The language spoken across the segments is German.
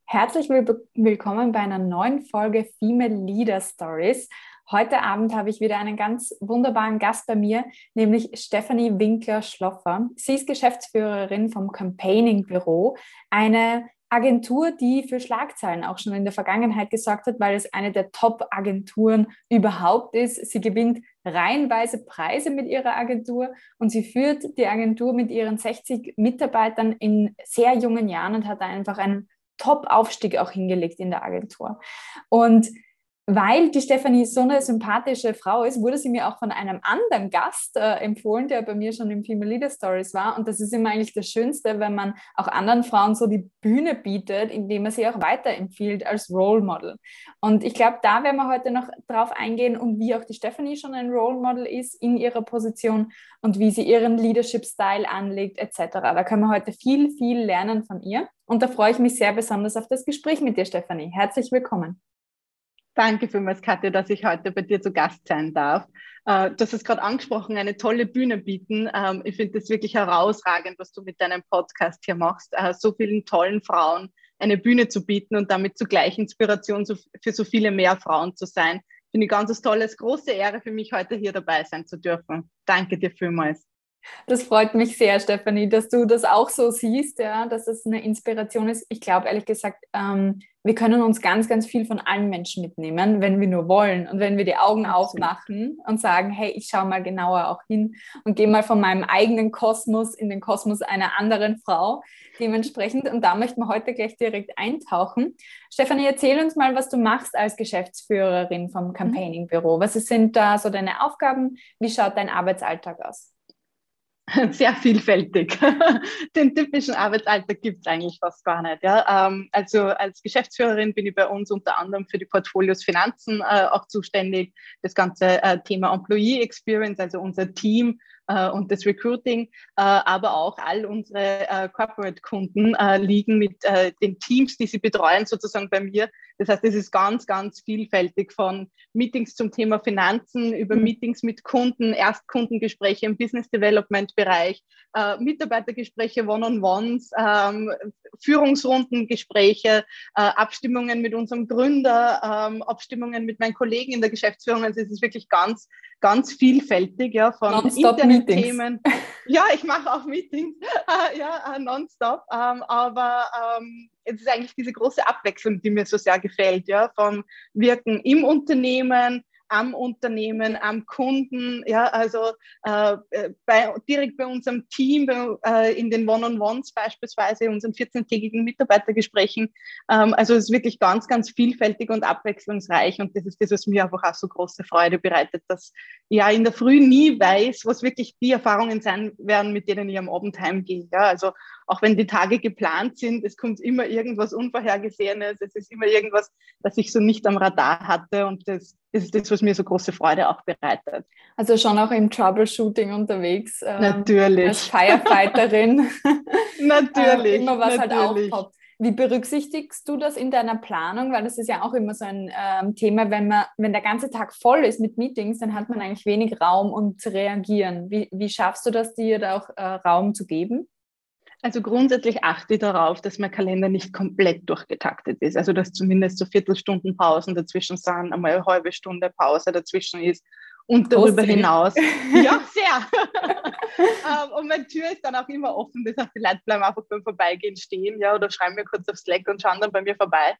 Herzlich willkommen bei einer neuen Folge Female Leader Stories. Heute Abend habe ich wieder einen ganz wunderbaren Gast bei mir, nämlich Stefanie Winkler-Schloffer. Sie ist Geschäftsführerin vom Campaigning Büro, eine Agentur, die für Schlagzeilen auch schon in der Vergangenheit gesorgt hat, weil es eine der Top-Agenturen überhaupt ist. Sie gewinnt reihenweise Preise mit ihrer Agentur und sie führt die Agentur mit ihren 60 Mitarbeitern in sehr jungen Jahren und hat einfach einen Top-Aufstieg auch hingelegt in der Agentur. Und weil die Stefanie so eine sympathische Frau ist, wurde sie mir auch von einem anderen Gast empfohlen, der bei mir schon im Female Leader Stories war. Und das ist immer eigentlich das Schönste, wenn man auch anderen Frauen so die Bühne bietet, indem man sie auch weiterempfiehlt als Role Model. Und ich glaube, da werden wir heute noch drauf eingehen und wie auch die Stefanie schon ein Role Model ist in ihrer Position und wie sie ihren Leadership-Style anlegt etc. Da können wir heute viel, viel lernen von ihr. Und da freue ich mich sehr besonders auf das Gespräch mit dir, Stefanie. Herzlich willkommen. Danke vielmals, Katja, dass ich heute bei dir zu Gast sein darf. Du hast es gerade angesprochen, eine tolle Bühne bieten. Ich finde das wirklich herausragend, was du mit deinem Podcast hier machst, so vielen tollen Frauen eine Bühne zu bieten und damit zugleich Inspiration für so viele mehr Frauen zu sein. Finde ich ganz tolles, große Ehre für mich, heute hier dabei sein zu dürfen. Danke dir vielmals. Das freut mich sehr, Stefanie, dass du das auch so siehst, ja, dass es eine Inspiration ist. Ich glaube, ehrlich gesagt, wir können uns ganz, ganz viel von allen Menschen mitnehmen, wenn wir nur wollen und wenn wir die Augen aufmachen und sagen, hey, ich schaue mal genauer auch hin und gehe mal von meinem eigenen Kosmos in den Kosmos einer anderen Frau dementsprechend. Und da möchten wir heute gleich direkt eintauchen. Stefanie, erzähl uns mal, was du machst als Geschäftsführerin vom Campaigning Büro. Was sind da so deine Aufgaben? Wie schaut dein Arbeitsalltag aus? Sehr vielfältig. Den typischen Arbeitsalltag gibt es eigentlich fast gar nicht. Ja? Also als Geschäftsführerin bin ich bei uns unter anderem für die Portfolios Finanzen auch zuständig. Das ganze Thema Employee Experience, also unser Team und das Recruiting, aber auch all unsere Corporate-Kunden liegen mit den Teams, die sie betreuen, sozusagen bei mir. Das heißt, es ist ganz, ganz vielfältig von Meetings zum Thema Finanzen über Meetings mit Kunden, Erstkundengespräche im Business Development Bereich, Mitarbeitergespräche, One-on-Ones, Führungsrundengespräche, Abstimmungen mit unserem Gründer, Abstimmungen mit meinen Kollegen in der Geschäftsführung. Also es ist wirklich ganz, ganz vielfältig, ja, von internen Themen. Ja, ich mache auch Meetings, nonstop, aber es ist eigentlich diese große Abwechslung, die mir so sehr gefällt, ja, vom Wirken im Unternehmen, am Unternehmen, am Kunden, ja, also direkt bei unserem Team, in den One-on-Ones beispielsweise, unseren 14-tägigen Mitarbeitergesprächen. Also es ist wirklich ganz, ganz vielfältig und abwechslungsreich und das ist das, was mir einfach auch so große Freude bereitet, dass ich ja in der Früh nie weiß, was wirklich die Erfahrungen sein werden, mit denen ich am Abend heimgehe. Ja, also auch wenn die Tage geplant sind, es kommt immer irgendwas Unvorhergesehenes, es ist immer irgendwas, das ich so nicht am Radar hatte und das ist das, was mir so große Freude auch bereitet. Also schon auch im Troubleshooting unterwegs. Natürlich. Als Firefighterin. Natürlich. Immer was natürlich. halt aufpoppt. Wie berücksichtigst du das in deiner Planung? Weil das ist ja auch immer so ein Thema, wenn der ganze Tag voll ist mit Meetings, dann hat man eigentlich wenig Raum, um zu reagieren. Wie schaffst du das, dir da auch Raum zu geben? Also grundsätzlich achte ich darauf, dass mein Kalender nicht komplett durchgetaktet ist. Also dass zumindest so Viertelstunden Pausen dazwischen sind, einmal eine halbe Stunde Pause dazwischen ist und darüber hinaus. Ja, sehr. Und meine Tür ist dann auch immer offen. Das heißt, die Leute bleiben einfach beim Vorbeigehen stehen, ja, oder schreiben mir kurz auf Slack und schauen dann bei mir vorbei.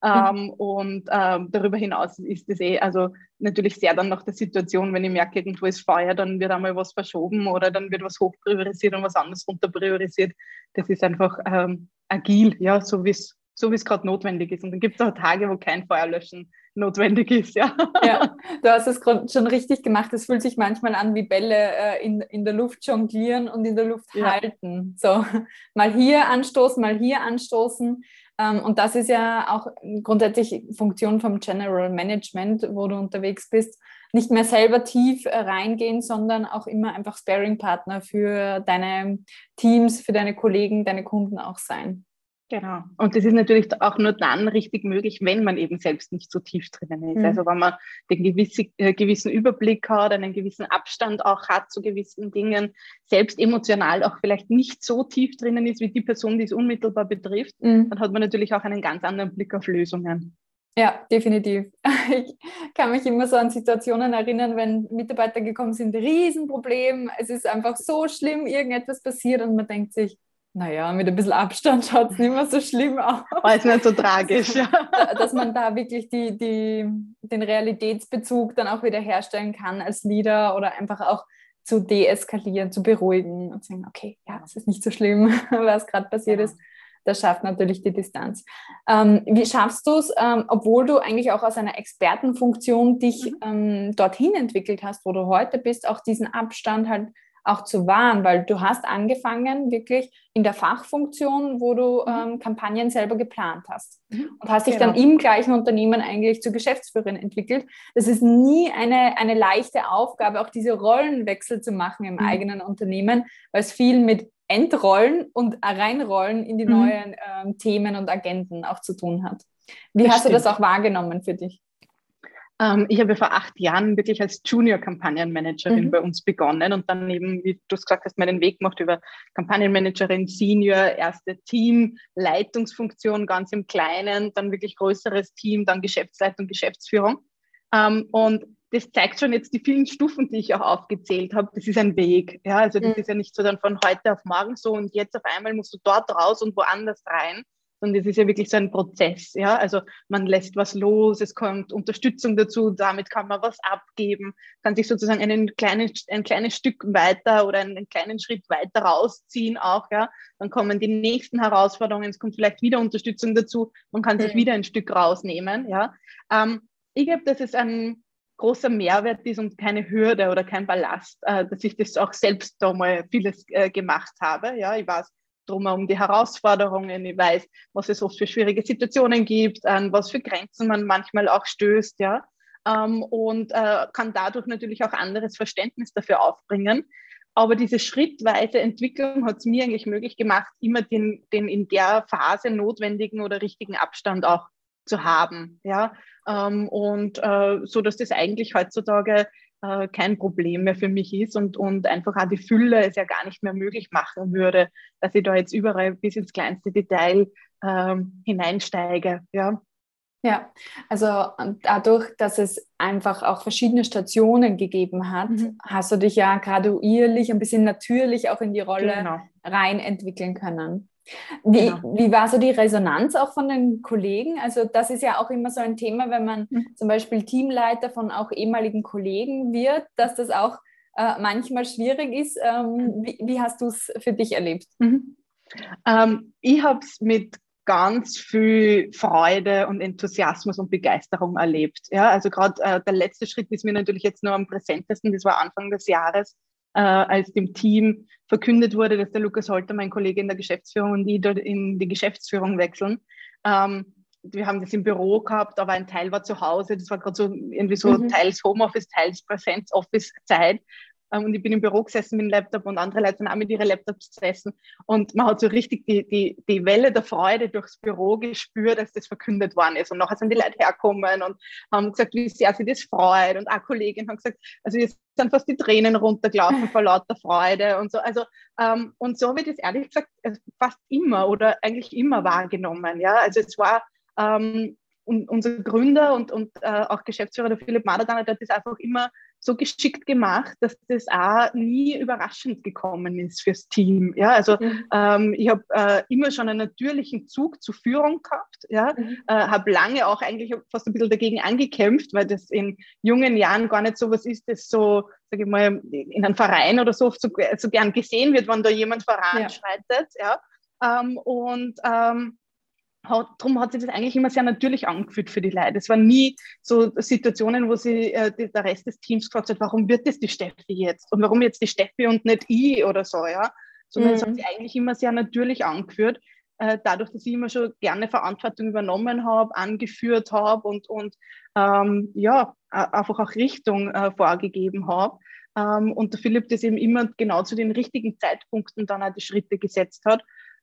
Darüber hinaus ist es also natürlich sehr dann nach der Situation, wenn ich merke, irgendwo ist Feuer, dann wird einmal was verschoben oder dann wird was hoch priorisiert und was anderes runter priorisiert. Das ist einfach agil, ja, so wie es gerade notwendig ist. Und dann gibt es auch Tage, wo kein Feuerlöschen notwendig ist. Ja, ja, du hast es schon richtig gemacht. Es fühlt sich manchmal an wie Bälle in der Luft jonglieren und in der Luft halten. So, mal hier anstoßen, mal hier anstoßen. Und das ist ja auch grundsätzlich Funktion vom General Management, wo du unterwegs bist. Nicht mehr selber tief reingehen, sondern auch immer einfach Sparring-Partner für deine Teams, für deine Kollegen, deine Kunden auch sein. Genau. Und das ist natürlich auch nur dann richtig möglich, wenn man eben selbst nicht so tief drinnen ist. Also wenn man den gewissen Überblick hat, einen gewissen Abstand auch hat zu gewissen Dingen, selbst emotional auch vielleicht nicht so tief drinnen ist wie die Person, die es unmittelbar betrifft, dann hat man natürlich auch einen ganz anderen Blick auf Lösungen. Ja, definitiv. Ich kann mich immer so an Situationen erinnern, wenn Mitarbeiter gekommen sind, Riesenproblem, es ist einfach so schlimm, irgendetwas passiert und man denkt sich, naja, mit ein bisschen Abstand schaut es nicht mehr so schlimm aus. Aber ist nicht so tragisch. Dass man da wirklich den Realitätsbezug dann auch wieder herstellen kann als Leader oder einfach auch zu deeskalieren, zu beruhigen und sagen, okay, ja, es ist nicht so schlimm, was gerade passiert ist. Das schafft natürlich die Distanz. Wie schaffst du es, obwohl du eigentlich auch aus einer Expertenfunktion dich dorthin entwickelt hast, wo du heute bist, auch diesen Abstand halt auch zu wahren, weil du hast angefangen wirklich in der Fachfunktion, wo du Kampagnen selber geplant hast und hast dich dann im gleichen Unternehmen eigentlich zur Geschäftsführerin entwickelt. Das ist nie eine leichte Aufgabe, auch diese Rollenwechsel zu machen im eigenen Unternehmen, weil es viel mit Entrollen und Reinrollen in die neuen Themen und Agenden auch zu tun hat. Wie hast du das auch wahrgenommen für dich? Ich habe vor 8 Jahren wirklich als Junior-Kampagnenmanagerin bei uns begonnen und dann eben, wie du es gesagt hast, meinen Weg gemacht über Kampagnenmanagerin, Senior, erste Team, Leitungsfunktion ganz im Kleinen, dann wirklich größeres Team, dann Geschäftsleitung, Geschäftsführung. Und das zeigt schon jetzt die vielen Stufen, die ich auch aufgezählt habe. Das ist ein Weg. Ja, also das ist ja nicht so dann von heute auf morgen so und jetzt auf einmal musst du dort raus und woanders rein. Und es ist ja wirklich so ein Prozess, ja. Also man lässt was los, es kommt Unterstützung dazu, damit kann man was abgeben, kann sich sozusagen ein kleines Stück weiter oder einen kleinen Schritt weiter rausziehen auch, ja. Dann kommen die nächsten Herausforderungen, es kommt vielleicht wieder Unterstützung dazu, man kann sich wieder ein Stück rausnehmen, ja. Ich glaube, dass es ein großer Mehrwert ist und keine Hürde oder kein Ballast, dass ich das auch selbst da mal vieles gemacht habe, ja. Ich weiß drum um die Herausforderungen, ich weiß, was es oft für schwierige Situationen gibt, an was für Grenzen man manchmal auch stößt, ja, und kann dadurch natürlich auch anderes Verständnis dafür aufbringen. Aber diese schrittweise Entwicklung hat es mir eigentlich möglich gemacht, immer den in der Phase notwendigen oder richtigen Abstand auch zu haben, ja, und so, dass das eigentlich heutzutage kein Problem mehr für mich ist und einfach auch die Fülle es ja gar nicht mehr möglich machen würde, dass ich da jetzt überall bis ins kleinste Detail hineinsteige. Ja. Ja, also dadurch, dass es einfach auch verschiedene Stationen gegeben hat, hast du dich ja graduierlich, ein bisschen natürlich auch in die Rolle rein entwickeln können. Wie war so die Resonanz auch von den Kollegen? Also das ist ja auch immer so ein Thema, wenn man zum Beispiel Teamleiter von auch ehemaligen Kollegen wird, dass das auch manchmal schwierig ist. Wie hast du es für dich erlebt? Ich habe es mit ganz viel Freude und Enthusiasmus und Begeisterung erlebt. Ja, also gerade der letzte Schritt ist mir natürlich jetzt nur am präsentesten, das war Anfang des Jahres, als dem Team verkündet wurde, dass der Lukas Holter, mein Kollege in der Geschäftsführung, und ich dort in die Geschäftsführung wechseln. Wir haben das im Büro gehabt, aber ein Teil war zu Hause. Das war gerade so irgendwie so teils Homeoffice, teils Präsenz-Office-Zeit. Und ich bin im Büro gesessen mit dem Laptop und andere Leute sind auch mit ihren Laptops gesessen. Und man hat so richtig die Welle der Freude durchs Büro gespürt, als das verkündet worden ist. Und nachher sind die Leute hergekommen und haben gesagt, wie sehr sie das freut. Und auch Kolleginnen haben gesagt, also jetzt sind fast die Tränen runtergelaufen vor lauter Freude und so. Also, und so habe ich das ehrlich gesagt fast immer oder eigentlich immer wahrgenommen. Ja, also es war, und unser Gründer und auch Geschäftsführer, der Philipp Maderdan, hat das einfach immer so geschickt gemacht, dass das auch nie überraschend gekommen ist fürs Team. Ja, also ich habe immer schon einen natürlichen Zug zur Führung gehabt. Ja, habe lange auch eigentlich fast ein bisschen dagegen angekämpft, weil das in jungen Jahren gar nicht so was ist, das so, sage ich mal, in einem Verein oder so gern gesehen wird, wenn da jemand voranschreitet. Ja, darum hat sich das eigentlich immer sehr natürlich angefühlt für die Leute. Es waren nie so Situationen, wo sie der Rest des Teams gefragt hat, warum wird das die Steffi jetzt? Und warum jetzt die Steffi und nicht ich oder so, ja? Sondern es hat sich eigentlich immer sehr natürlich angeführt, dadurch, dass ich immer schon gerne Verantwortung übernommen habe, angeführt habe und einfach auch Richtung vorgegeben habe. Und der Philipp das eben immer genau zu den richtigen Zeitpunkten dann auch die Schritte gesetzt hat.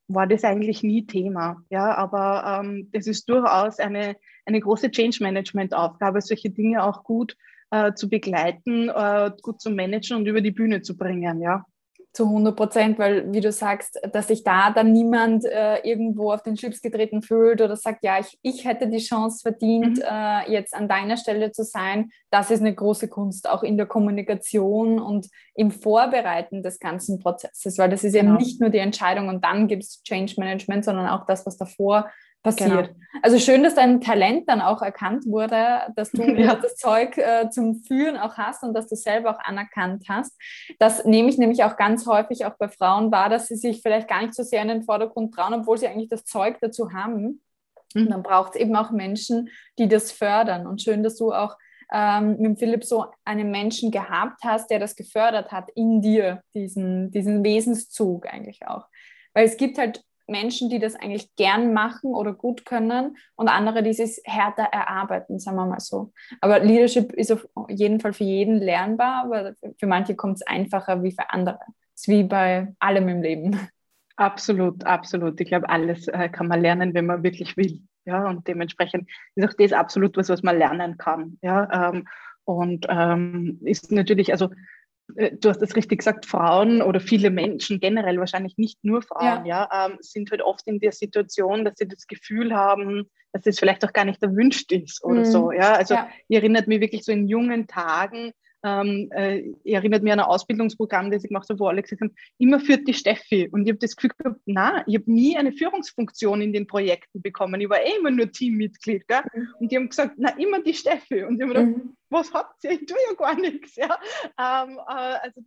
war das eigentlich nie Thema. Ja, aber das ist durchaus eine große Change-Management-Aufgabe, solche Dinge auch gut zu begleiten, gut zu managen und über die Bühne zu bringen, ja. Zu 100%, weil, wie du sagst, dass sich da dann niemand irgendwo auf den Schlips getreten fühlt oder sagt, ja, ich hätte die Chance verdient, jetzt an deiner Stelle zu sein. Das ist eine große Kunst, auch in der Kommunikation und im Vorbereiten des ganzen Prozesses, weil das ist eben nicht nur die Entscheidung und dann gibt es Change Management, sondern auch das, was davor passiert. Genau. Also schön, dass dein Talent dann auch erkannt wurde, dass du das Zeug zum Führen auch hast und dass du selber auch anerkannt hast. Das nehme ich nämlich auch ganz häufig auch bei Frauen wahr, dass sie sich vielleicht gar nicht so sehr in den Vordergrund trauen, obwohl sie eigentlich das Zeug dazu haben. Und dann braucht es eben auch Menschen, die das fördern. Und schön, dass du auch mit dem Philipp so einen Menschen gehabt hast, der das gefördert hat in dir, diesen Wesenszug eigentlich auch. Weil es gibt halt Menschen, die das eigentlich gern machen oder gut können und andere, die es härter erarbeiten, sagen wir mal so. Aber Leadership ist auf jeden Fall für jeden lernbar, aber für manche kommt es einfacher wie für andere. Das ist wie bei allem im Leben. Absolut, absolut. Ich glaube, alles kann man lernen, wenn man wirklich will. Ja, und dementsprechend ist auch das absolut was man lernen kann. Ja, und ist natürlich, also du hast es richtig gesagt, Frauen oder viele Menschen generell, wahrscheinlich nicht nur Frauen, sind halt oft in der Situation, dass sie das Gefühl haben, dass es vielleicht auch gar nicht erwünscht ist oder so. Ja, also ihr erinnert mich wirklich so in jungen Tagen, erinnert mich an ein Ausbildungsprogramm, das ich gemacht habe, wo alle gesagt haben, immer führt die Steffi. Und ich habe das Gefühl gehabt, nein, ich habe nie eine Führungsfunktion in den Projekten bekommen. Ich war immer nur Teammitglied. Gell? Und die haben gesagt, na, immer die Steffi. Und ich habe gedacht, was habt ihr? Ich tue ja gar nichts. Ja? Also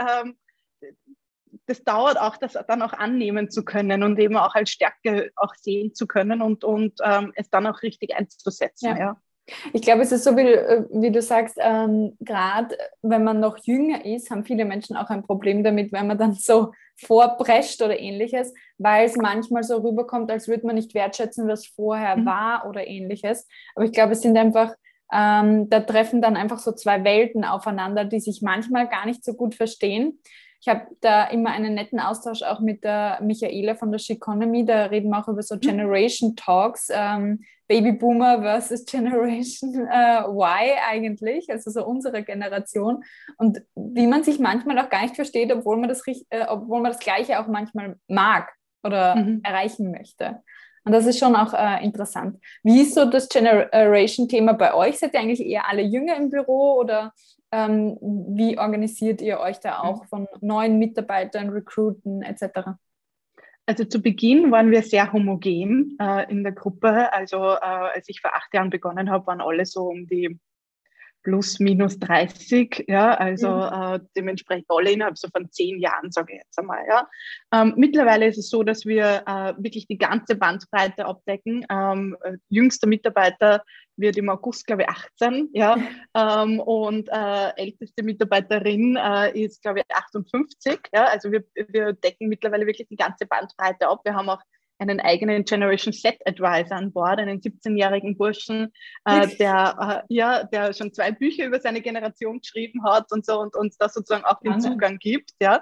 das dauert auch, das dann auch annehmen zu können und eben auch als Stärke auch sehen zu können und es dann auch richtig einzusetzen. Ja. Ich glaube, es ist so, wie du sagst, gerade wenn man noch jünger ist, haben viele Menschen auch ein Problem damit, wenn man dann so vorprescht oder ähnliches, weil es manchmal so rüberkommt, als würde man nicht wertschätzen, was vorher war oder ähnliches. Aber ich glaube, es sind einfach, da treffen dann einfach so zwei Welten aufeinander, die sich manchmal gar nicht so gut verstehen. Ich habe da immer einen netten Austausch auch mit der Michaela von der Sheconomy. Da reden wir auch über so Generation Talks, Babyboomer versus Generation Y eigentlich, also so unsere Generation. Und wie man sich manchmal auch gar nicht versteht, obwohl man das Gleiche auch manchmal mag oder erreichen möchte. Und das ist schon auch interessant. Wie ist so das Generation-Thema bei euch? Seid ihr eigentlich eher alle jünger im Büro oder wie organisiert ihr euch da auch von neuen Mitarbeitern, Recruiten etc.? Also zu Beginn waren wir sehr homogen in der Gruppe. Also als ich vor 8 Jahren begonnen habe, waren alle so um die plus minus 30, ja, also dementsprechend alle innerhalb so von 10 Jahren, sage ich jetzt einmal, ja. Mittlerweile ist es so, dass wir wirklich die ganze Bandbreite abdecken. Jüngster Mitarbeiter wird im August, glaube ich, 18, ja, und älteste Mitarbeiterin ist, glaube ich, 58, ja, also wir decken mittlerweile wirklich die ganze Bandbreite ab. Wir haben auch einen eigenen Generation Set Advisor an Bord, einen 17-jährigen Burschen, der schon 2 Bücher über seine Generation geschrieben hat und so und uns da sozusagen auch den Zugang gibt. Ja.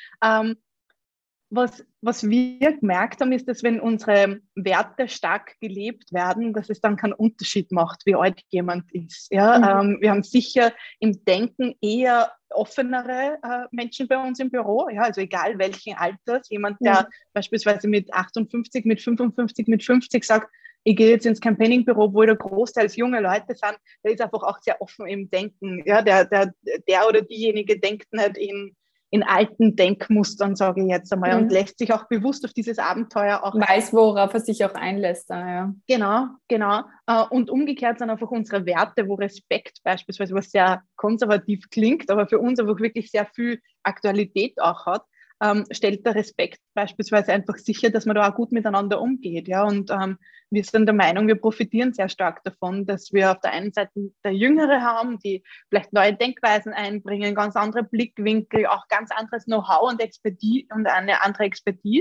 Was wir gemerkt haben, ist, dass wenn unsere Werte stark gelebt werden, dass es dann keinen Unterschied macht, wie alt jemand ist. Ja? Wir haben sicher im Denken eher offenere Menschen bei uns im Büro, ja? Also egal welchen Alters. Jemand, der beispielsweise mit 58, mit 55, mit 50 sagt, ich gehe jetzt ins Campaigning-Büro, obwohl da großteils junge Leute sind, der ist einfach auch sehr offen im Denken. Ja? Der oder diejenige denkt nicht in alten Denkmustern, sage ich jetzt einmal, und lässt sich auch bewusst auf dieses Abenteuer auch weiß, worauf er sich auch einlässt. Ja. Genau. Und umgekehrt sind einfach unsere Werte, wo Respekt beispielsweise, was sehr konservativ klingt, aber für uns einfach wirklich sehr viel Aktualität auch hat, stellt der Respekt beispielsweise einfach sicher, dass man da auch gut miteinander umgeht. Ja? Und wir sind der Meinung, wir profitieren sehr stark davon, dass wir auf der einen Seite der Jüngere haben, die vielleicht neue Denkweisen einbringen, ganz andere Blickwinkel, auch ganz anderes Know-how und Expertise und eine andere Expertise.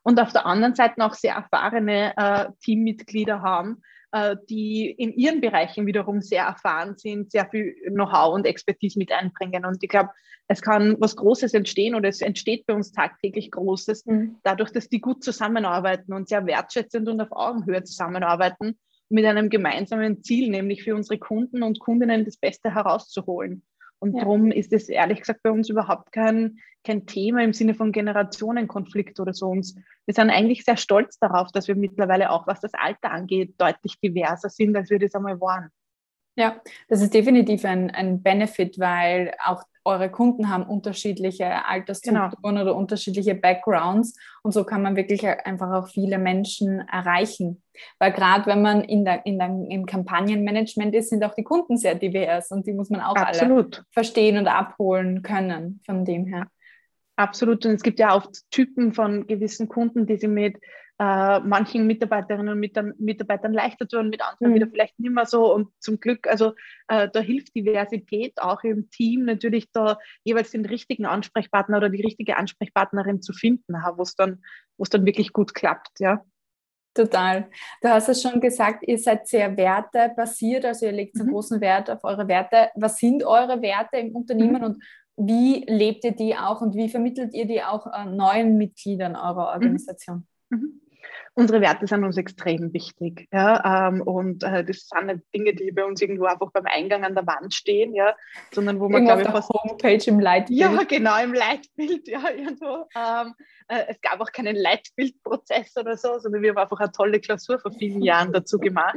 und auf der anderen Seite auch sehr erfahrene Teammitglieder haben, die in ihren Bereichen wiederum sehr erfahren sind, sehr viel Know-how und Expertise mit einbringen. Und ich glaube, es kann was Großes entstehen oder es entsteht bei uns tagtäglich Großes, dadurch, dass die gut zusammenarbeiten und sehr wertschätzend und auf Augenhöhe zusammenarbeiten mit einem gemeinsamen Ziel, nämlich für unsere Kunden und Kundinnen das Beste herauszuholen. Und darum ist es ehrlich gesagt bei uns überhaupt kein Thema im Sinne von Generationenkonflikt oder so. Wir sind eigentlich sehr stolz darauf, dass wir mittlerweile auch, was das Alter angeht, deutlich diverser sind, als wir das einmal waren. Ja, das ist definitiv ein Benefit, weil auch eure Kunden haben unterschiedliche Altersstrukturen oder unterschiedliche Backgrounds und so kann man wirklich einfach auch viele Menschen erreichen. Weil gerade wenn man im Kampagnenmanagement ist, sind auch die Kunden sehr divers und die muss man auch alle verstehen und abholen können von dem her. Absolut. Und es gibt ja oft Typen von gewissen Kunden, die sie mit manchen Mitarbeiterinnen und Mitarbeitern leichter tun, mit anderen wieder vielleicht nicht mehr so. Und zum Glück, also da hilft Diversität auch im Team natürlich da jeweils den richtigen Ansprechpartner oder die richtige Ansprechpartnerin zu finden, wo es dann wirklich gut klappt, ja. Total. Du hast es schon gesagt, ihr seid sehr wertebasiert, also ihr legt einen großen Wert auf eure Werte. Was sind eure Werte im Unternehmen und wie lebt ihr die auch und wie vermittelt ihr die auch neuen Mitgliedern eurer Organisation? Unsere Werte sind uns extrem wichtig. Ja, und das sind nicht Dinge, die bei uns irgendwo einfach beim Eingang an der Wand stehen, ja, sondern wo man, glaube ich, auf der Homepage im Leitbild. Ja, genau, im Leitbild. Ja, irgendwo. Es gab auch keinen Leitbildprozess oder so, sondern wir haben einfach eine tolle Klausur vor vielen Jahren dazu gemacht,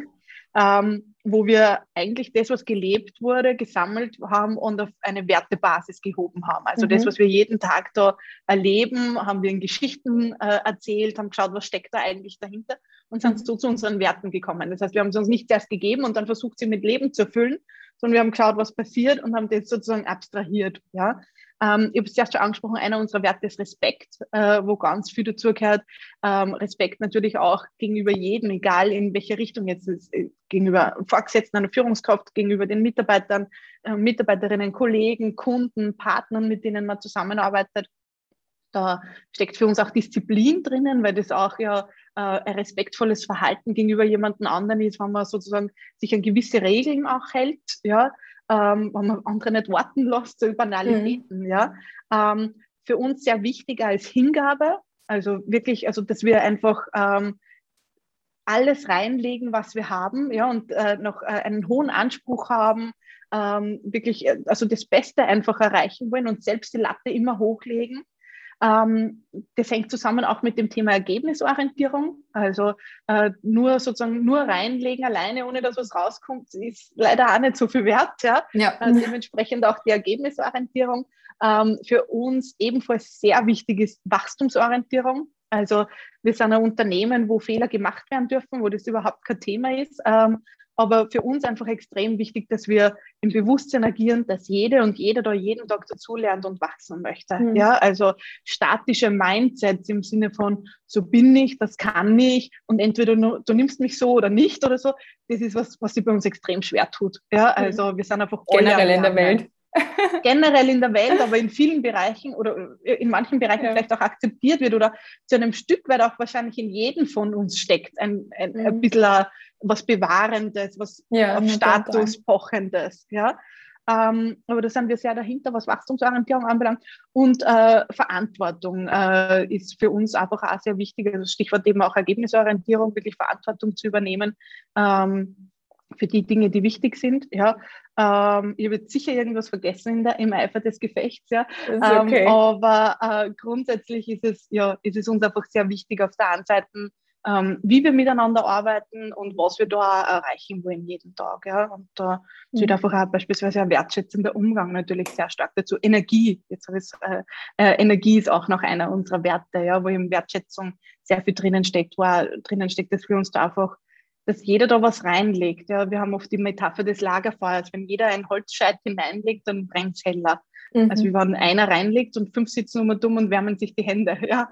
wo wir eigentlich das, was gelebt wurde, gesammelt haben und auf eine Wertebasis gehoben haben. Also das, was wir jeden Tag da erleben, haben wir in Geschichten erzählt, haben geschaut, was steckt da eigentlich dahinter und sind so zu unseren Werten gekommen. Das heißt, wir haben es uns nicht erst gegeben und dann versucht, sie mit Leben zu erfüllen, sondern wir haben geschaut, was passiert und haben das sozusagen abstrahiert. Ja? Ich habe es erst schon angesprochen, einer unserer Werte ist Respekt, wo ganz viel dazu gehört. Respekt natürlich auch gegenüber jedem, egal in welche Richtung jetzt ist, gegenüber Vorgesetzten, einer Führungskraft, gegenüber den Mitarbeitern, Mitarbeiterinnen, Kollegen, Kunden, Partnern, mit denen man zusammenarbeitet. Da steckt für uns auch Disziplin drinnen, weil das auch ja ein respektvolles Verhalten gegenüber jemandem anderen ist, wenn man sozusagen sich an gewisse Regeln auch hält, ja, wenn man andere nicht warten lässt, so Banalitäten, ja. Für uns sehr wichtig als Hingabe, also wirklich, also dass wir einfach alles reinlegen, was wir haben, ja, und noch einen hohen Anspruch haben, wirklich, also das Beste einfach erreichen wollen und selbst die Latte immer hochlegen. Das hängt zusammen auch mit dem Thema Ergebnisorientierung. Also nur reinlegen alleine, ohne dass was rauskommt, ist leider auch nicht so viel wert. Ja? Dementsprechend auch die Ergebnisorientierung. Für uns ebenfalls sehr wichtig ist Wachstumsorientierung. Also wir sind ein Unternehmen, wo Fehler gemacht werden dürfen, wo das überhaupt kein Thema ist. Aber für uns einfach extrem wichtig, dass wir im Bewusstsein agieren, dass jede und jeder da jeden Tag dazulernt und wachsen möchte. Ja, also statische Mindsets im Sinne von, so bin ich, das kann ich und entweder du nimmst mich so oder nicht oder so, das ist was sich bei uns extrem schwer tut. Ja, also wir sind einfach generell in der Welt. Generell in der Welt, aber in vielen Bereichen oder in manchen Bereichen vielleicht auch akzeptiert wird oder zu einem Stück weit auch wahrscheinlich in jedem von uns steckt, ein bisschen was Bewahrendes, was auf Status pochendes. Ja? Aber da sind wir sehr dahinter, was Wachstumsorientierung anbelangt. Und Verantwortung ist für uns einfach auch sehr wichtig. Also Stichwort eben auch Ergebnisorientierung, wirklich Verantwortung zu übernehmen. Für die Dinge, die wichtig sind. Ja. Ich habe jetzt sicher irgendwas vergessen im Eifer des Gefechts. Ja. Okay. Aber grundsätzlich ist es uns einfach sehr wichtig auf der einen Seite, wie wir miteinander arbeiten und was wir da erreichen wollen jeden Tag. Ja. Und da steht einfach auch beispielsweise ein wertschätzender Umgang natürlich sehr stark dazu. Energie, Energie ist auch noch einer unserer Werte, ja, wo eben Wertschätzung sehr viel drinnen steckt, dass wir uns da einfach dass jeder da was reinlegt. Ja. Wir haben oft die Metapher des Lagerfeuers. Wenn jeder ein Holzscheit hineinlegt, dann brennt es heller. Also wie wenn einer reinlegt und 5 sitzen um und dumm und wärmen sich die Hände. Ja.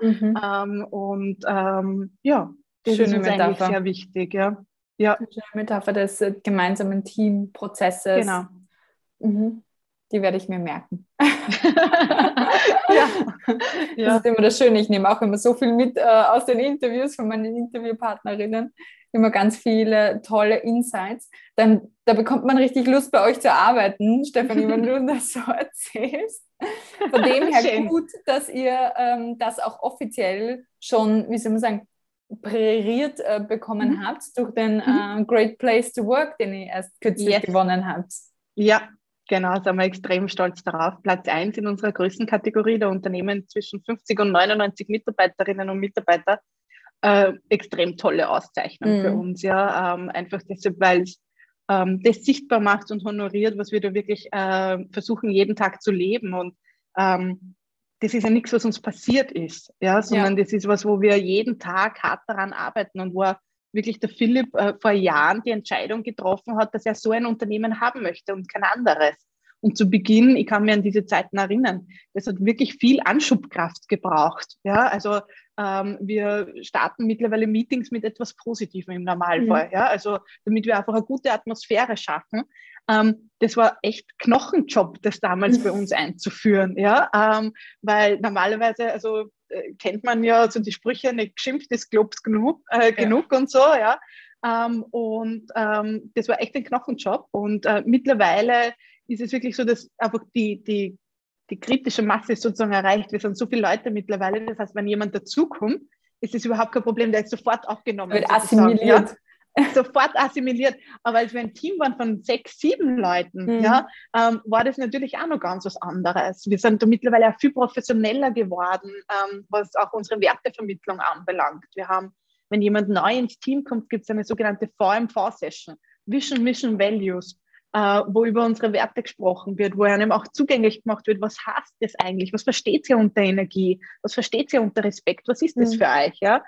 Das schöne ist uns Metapher. Eigentlich sehr wichtig. Ja. Ja. Schöne Metapher des gemeinsamen Teamprozesses. Genau. die werde ich mir merken. Ja. Das ist immer das Schöne. Ich nehme auch immer so viel mit aus den Interviews von meinen Interviewpartnerinnen. Immer ganz viele tolle Insights. Da bekommt man richtig Lust, bei euch zu arbeiten, Stefanie, wenn du das so erzählst. Von dem her Schön. gut, dass ihr das auch offiziell schon, wie soll man sagen, präriert bekommen habt durch den Great Place to Work, den ihr erst kürzlich gewonnen habt. Ja, genau, sind wir extrem stolz darauf. Platz 1 in unserer Größenkategorie der Unternehmen zwischen 50 und 99 Mitarbeiterinnen und Mitarbeiter. Extrem tolle Auszeichnung für uns, ja. Einfach deshalb, weil es das sichtbar macht und honoriert, was wir da wirklich versuchen, jeden Tag zu leben. Und das ist ja nichts, was uns passiert ist, ja, sondern das ist was, wo wir jeden Tag hart daran arbeiten und wo wirklich der Philipp vor Jahren die Entscheidung getroffen hat, dass er so ein Unternehmen haben möchte und kein anderes. Und zu Beginn, ich kann mich an diese Zeiten erinnern, das hat wirklich viel Anschubkraft gebraucht. Ja, also wir starten mittlerweile Meetings mit etwas Positivem im Normalfall. Ja, also damit wir einfach eine gute Atmosphäre schaffen. Das war echt Knochenjob, das damals bei uns einzuführen. Ja, weil normalerweise, also kennt man ja so die Sprüche, nicht geschimpft ist Globs genug und so. Ja, das war echt ein Knochenjob. Und mittlerweile ist es wirklich so, dass einfach die kritische Masse ist sozusagen erreicht. Wir sind so viele Leute mittlerweile. Das heißt, wenn jemand dazukommt, ist es überhaupt kein Problem. Der ist sofort aufgenommen. Wird assimiliert. Ja? Sofort assimiliert. Aber als wir ein Team waren von 6, 7 Leuten, war das natürlich auch noch ganz was anderes. Wir sind da mittlerweile auch viel professioneller geworden, was auch unsere Wertevermittlung anbelangt. Wir haben, wenn jemand neu ins Team kommt, gibt es eine sogenannte VMV-Session. Vision, Mission, Values. Wo über unsere Werte gesprochen wird, wo einem auch zugänglich gemacht wird, was heißt das eigentlich? Was versteht ihr unter Energie? Was versteht ihr unter Respekt? Was ist das für euch? Ja?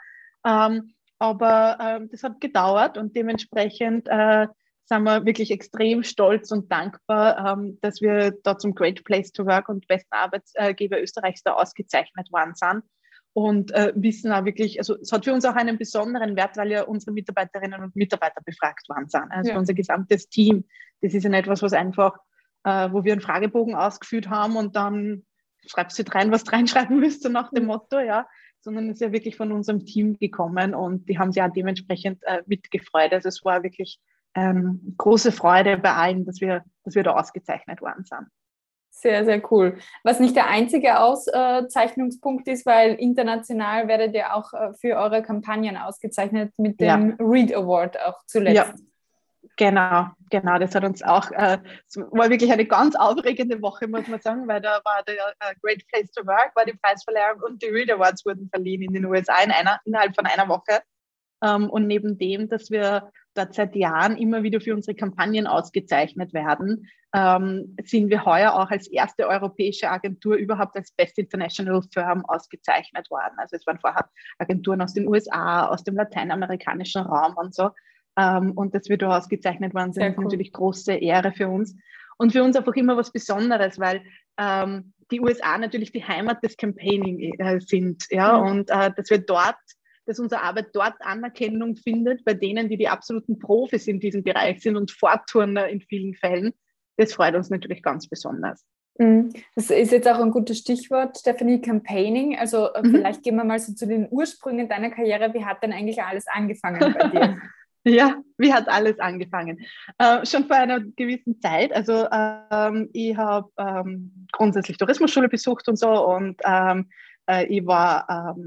Aber das hat gedauert und dementsprechend sind wir wirklich extrem stolz und dankbar, dass wir da zum Great Place to Work und besten Arbeitgeber Österreichs da ausgezeichnet worden sind. Und wissen auch wirklich, also es hat für uns auch einen besonderen Wert, weil ja unsere Mitarbeiterinnen und Mitarbeiter befragt worden sind. Also unser gesamtes Team. Das ist ja nicht etwas, was einfach, wo wir einen Fragebogen ausgefüllt haben und dann schreibst du rein, was du reinschreiben müsst, so nach dem Motto, ja, sondern es ist ja wirklich von unserem Team gekommen und die haben sich auch dementsprechend mitgefreut. Also es war wirklich große Freude bei allen, dass wir da ausgezeichnet worden sind. Sehr, sehr cool. Was nicht der einzige Auszeichnungspunkt ist, weil international werdet ihr auch für eure Kampagnen ausgezeichnet mit dem Read Award auch zuletzt. Ja, genau. Das hat uns auch, es war wirklich eine ganz aufregende Woche, muss man sagen, weil da war der Great Place to Work, war die Preisverleihung und die Read Awards wurden verliehen in den USA innerhalb von einer Woche. Und neben dem, dass wir dort seit Jahren immer wieder für unsere Kampagnen ausgezeichnet werden, sind wir heuer auch als erste europäische Agentur überhaupt als Best International Firm ausgezeichnet worden. Also es waren vorher Agenturen aus den USA, aus dem lateinamerikanischen Raum und so. Und dass wir da ausgezeichnet worden sind, ist natürlich große Ehre für uns. Und für uns einfach immer was Besonderes, weil die USA natürlich die Heimat des Campaigning sind. Ja? Und dass wir dort, dass unsere Arbeit dort Anerkennung findet, bei denen, die absoluten Profis in diesem Bereich sind und Vorturner in vielen Fällen, das freut uns natürlich ganz besonders. Das ist jetzt auch ein gutes Stichwort, Stefanie, Campaigning. Also vielleicht gehen wir mal so zu den Ursprüngen deiner Karriere. Wie hat denn eigentlich alles angefangen bei dir? Ja, wie hat alles angefangen? Schon vor einer gewissen Zeit. Also ich habe grundsätzlich Tourismusschule besucht und so und ich war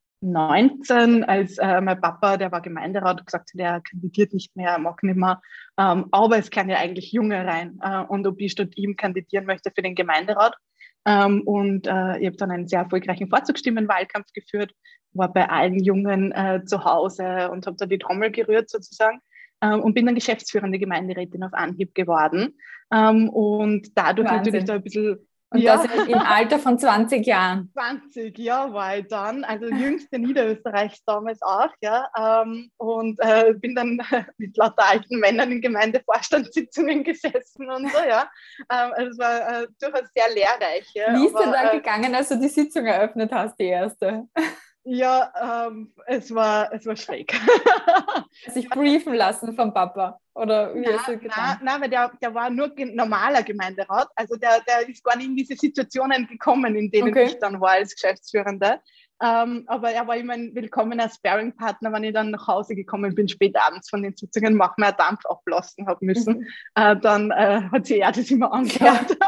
19, als mein Papa, der war Gemeinderat, gesagt hat, er kandidiert nicht mehr, mag nicht mehr, aber es kann ja eigentlich Junge rein und ob ich statt ihm kandidieren möchte für den Gemeinderat. Ich habe dann einen sehr erfolgreichen Vorzugsstimmenwahlkampf geführt, war bei allen Jungen zu Hause und habe da die Trommel gerührt sozusagen und bin dann geschäftsführende Gemeinderätin auf Anhieb geworden. Und dadurch Wahnsinn. Natürlich da ein bisschen... Und das im Alter von 20 Jahren. 20, ja, war ich dann, also jüngste Niederösterreichs damals auch, ja, und bin dann mit lauter alten Männern in Gemeindevorstandssitzungen gesessen und so, ja. Also es war durchaus sehr lehrreich. Ja, Wie ist dir da gegangen, als du die Sitzung eröffnet hast, die erste? Ja, es war schräg. Sich briefen lassen vom Papa? Oder wie hast du getan? Nein, weil der war nur normaler Gemeinderat. Also der ist gar nicht in diese Situationen gekommen, in denen ich dann war als Geschäftsführende. Aber er war immer ein willkommener Sparring-Partner, wenn ich dann nach Hause gekommen bin, spät abends von den Sitzungen, machen wir einen Dampf ablassen habe müssen. Dann hat sich er das immer angehört.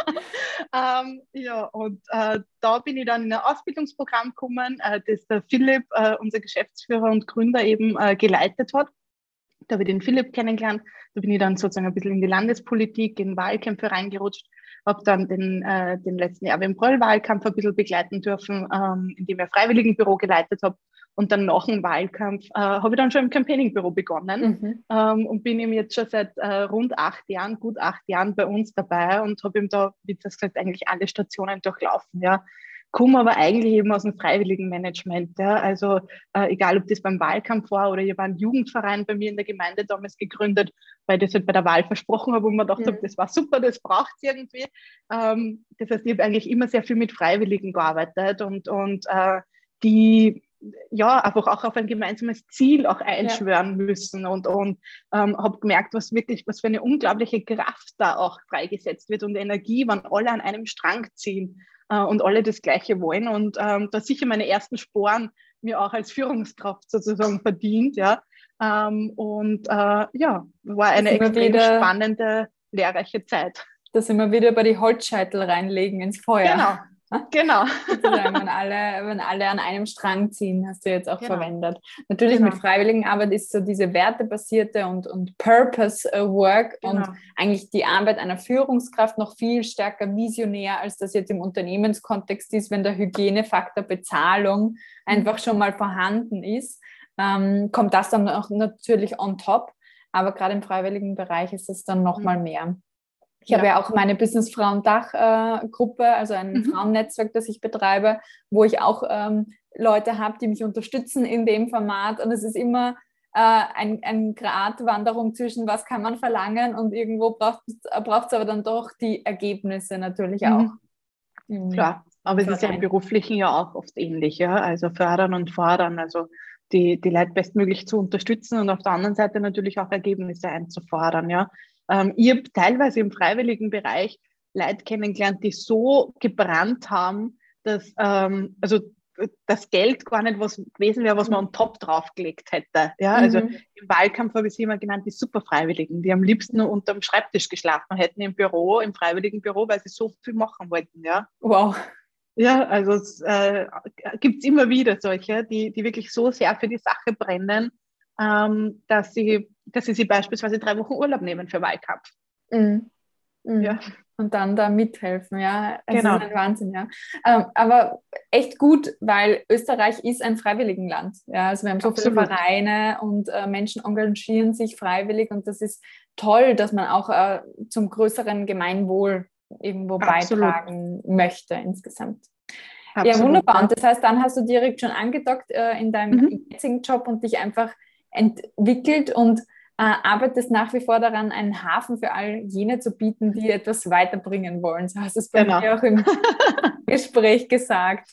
Da bin ich dann in ein Ausbildungsprogramm gekommen, das der Philipp, unser Geschäftsführer und Gründer, eben geleitet hat. Da habe ich den Philipp kennengelernt. Da bin ich dann sozusagen ein bisschen in die Landespolitik, in Wahlkämpfe reingerutscht. Habe dann den letzten Jahr im Bröll-Wahlkampf ein bisschen begleiten dürfen, indem ich ein Freiwilligenbüro geleitet habe. Und dann nach dem Wahlkampf habe ich dann schon im Campaigning-Büro begonnen und bin eben jetzt schon seit gut 8 Jahren bei uns dabei und habe ihm da, wie gesagt, eigentlich alle Stationen durchlaufen. Ja. Komme aber eigentlich eben aus dem Freiwilligenmanagement. Ja. Also egal, ob das beim Wahlkampf war oder ich war ein Jugendverein bei mir in der Gemeinde damals gegründet, weil ich das halt bei der Wahl versprochen habe und mir gedacht habe, das war super, das braucht es irgendwie. Das heißt, ich habe eigentlich immer sehr viel mit Freiwilligen gearbeitet und die einfach auch auf ein gemeinsames Ziel auch einschwören müssen und habe gemerkt, was für eine unglaubliche Kraft da auch freigesetzt wird und Energie, wenn alle an einem Strang ziehen und alle das Gleiche wollen und da sicher meine ersten Sporen mir auch als Führungskraft sozusagen verdient, ja. War eine extrem spannende, lehrreiche Zeit. Dass wir wieder bei die Holzscheitel reinlegen ins Feuer. Genau. wenn alle an einem Strang ziehen, hast du jetzt auch verwendet. Natürlich mit Freiwilligenarbeit ist so diese wertebasierte und Purpose-Work und eigentlich die Arbeit einer Führungskraft noch viel stärker visionär, als das jetzt im Unternehmenskontext ist, wenn der Hygienefaktor Bezahlung einfach schon mal vorhanden ist. Kommt das dann auch natürlich on top, aber gerade im freiwilligen Bereich ist es dann noch mal mehr. Ich habe ja auch meine Business-Frauen-Dach-Gruppe, also ein Frauennetzwerk, das ich betreibe, wo ich auch Leute habe, die mich unterstützen in dem Format. Und es ist immer ein Gratwanderung zwischen, was kann man verlangen und irgendwo braucht es aber dann doch die Ergebnisse natürlich auch. Klar, aber es ist ja im Beruflichen ja auch oft ähnlich. Ja? Also fördern und fordern, also die Leute bestmöglich zu unterstützen und auf der anderen Seite natürlich auch Ergebnisse einzufordern, ja. Ich habe teilweise im freiwilligen Bereich Leute kennengelernt, die so gebrannt haben, dass das Geld gar nicht was gewesen wäre, was man on top draufgelegt hätte. Ja, also im Wahlkampf habe ich sie immer genannt, die Superfreiwilligen, die am liebsten nur unterm Schreibtisch geschlafen hätten im freiwilligen Büro, weil sie so viel machen wollten. Ja. Wow. Ja, also es gibt es immer wieder solche, die wirklich so sehr für die Sache brennen, dass sie sich beispielsweise 3 Wochen Urlaub nehmen für Wahlkampf. Ja. Und dann da mithelfen, ja. Es ist ein Wahnsinn, ja. Aber echt gut, weil Österreich ist ein Freiwilligenland. Ja, also wir haben so viele Vereine und Menschen engagieren sich freiwillig und das ist toll, dass man auch zum größeren Gemeinwohl irgendwo beitragen möchte insgesamt. Absolut. Ja, wunderbar. Und das heißt, dann hast du direkt schon angedockt in deinem jetzigen Job und dich einfach entwickelt und arbeitest nach wie vor daran, einen Hafen für all jene zu bieten, die etwas weiterbringen wollen. So hast du es bei mir auch im Gespräch gesagt.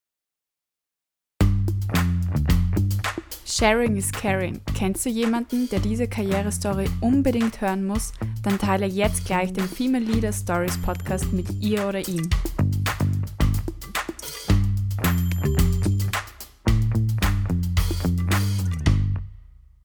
Sharing is caring. Kennst du jemanden, der diese Karrierestory unbedingt hören muss? Dann teile jetzt gleich den Female Leader Stories Podcast mit ihr oder ihm.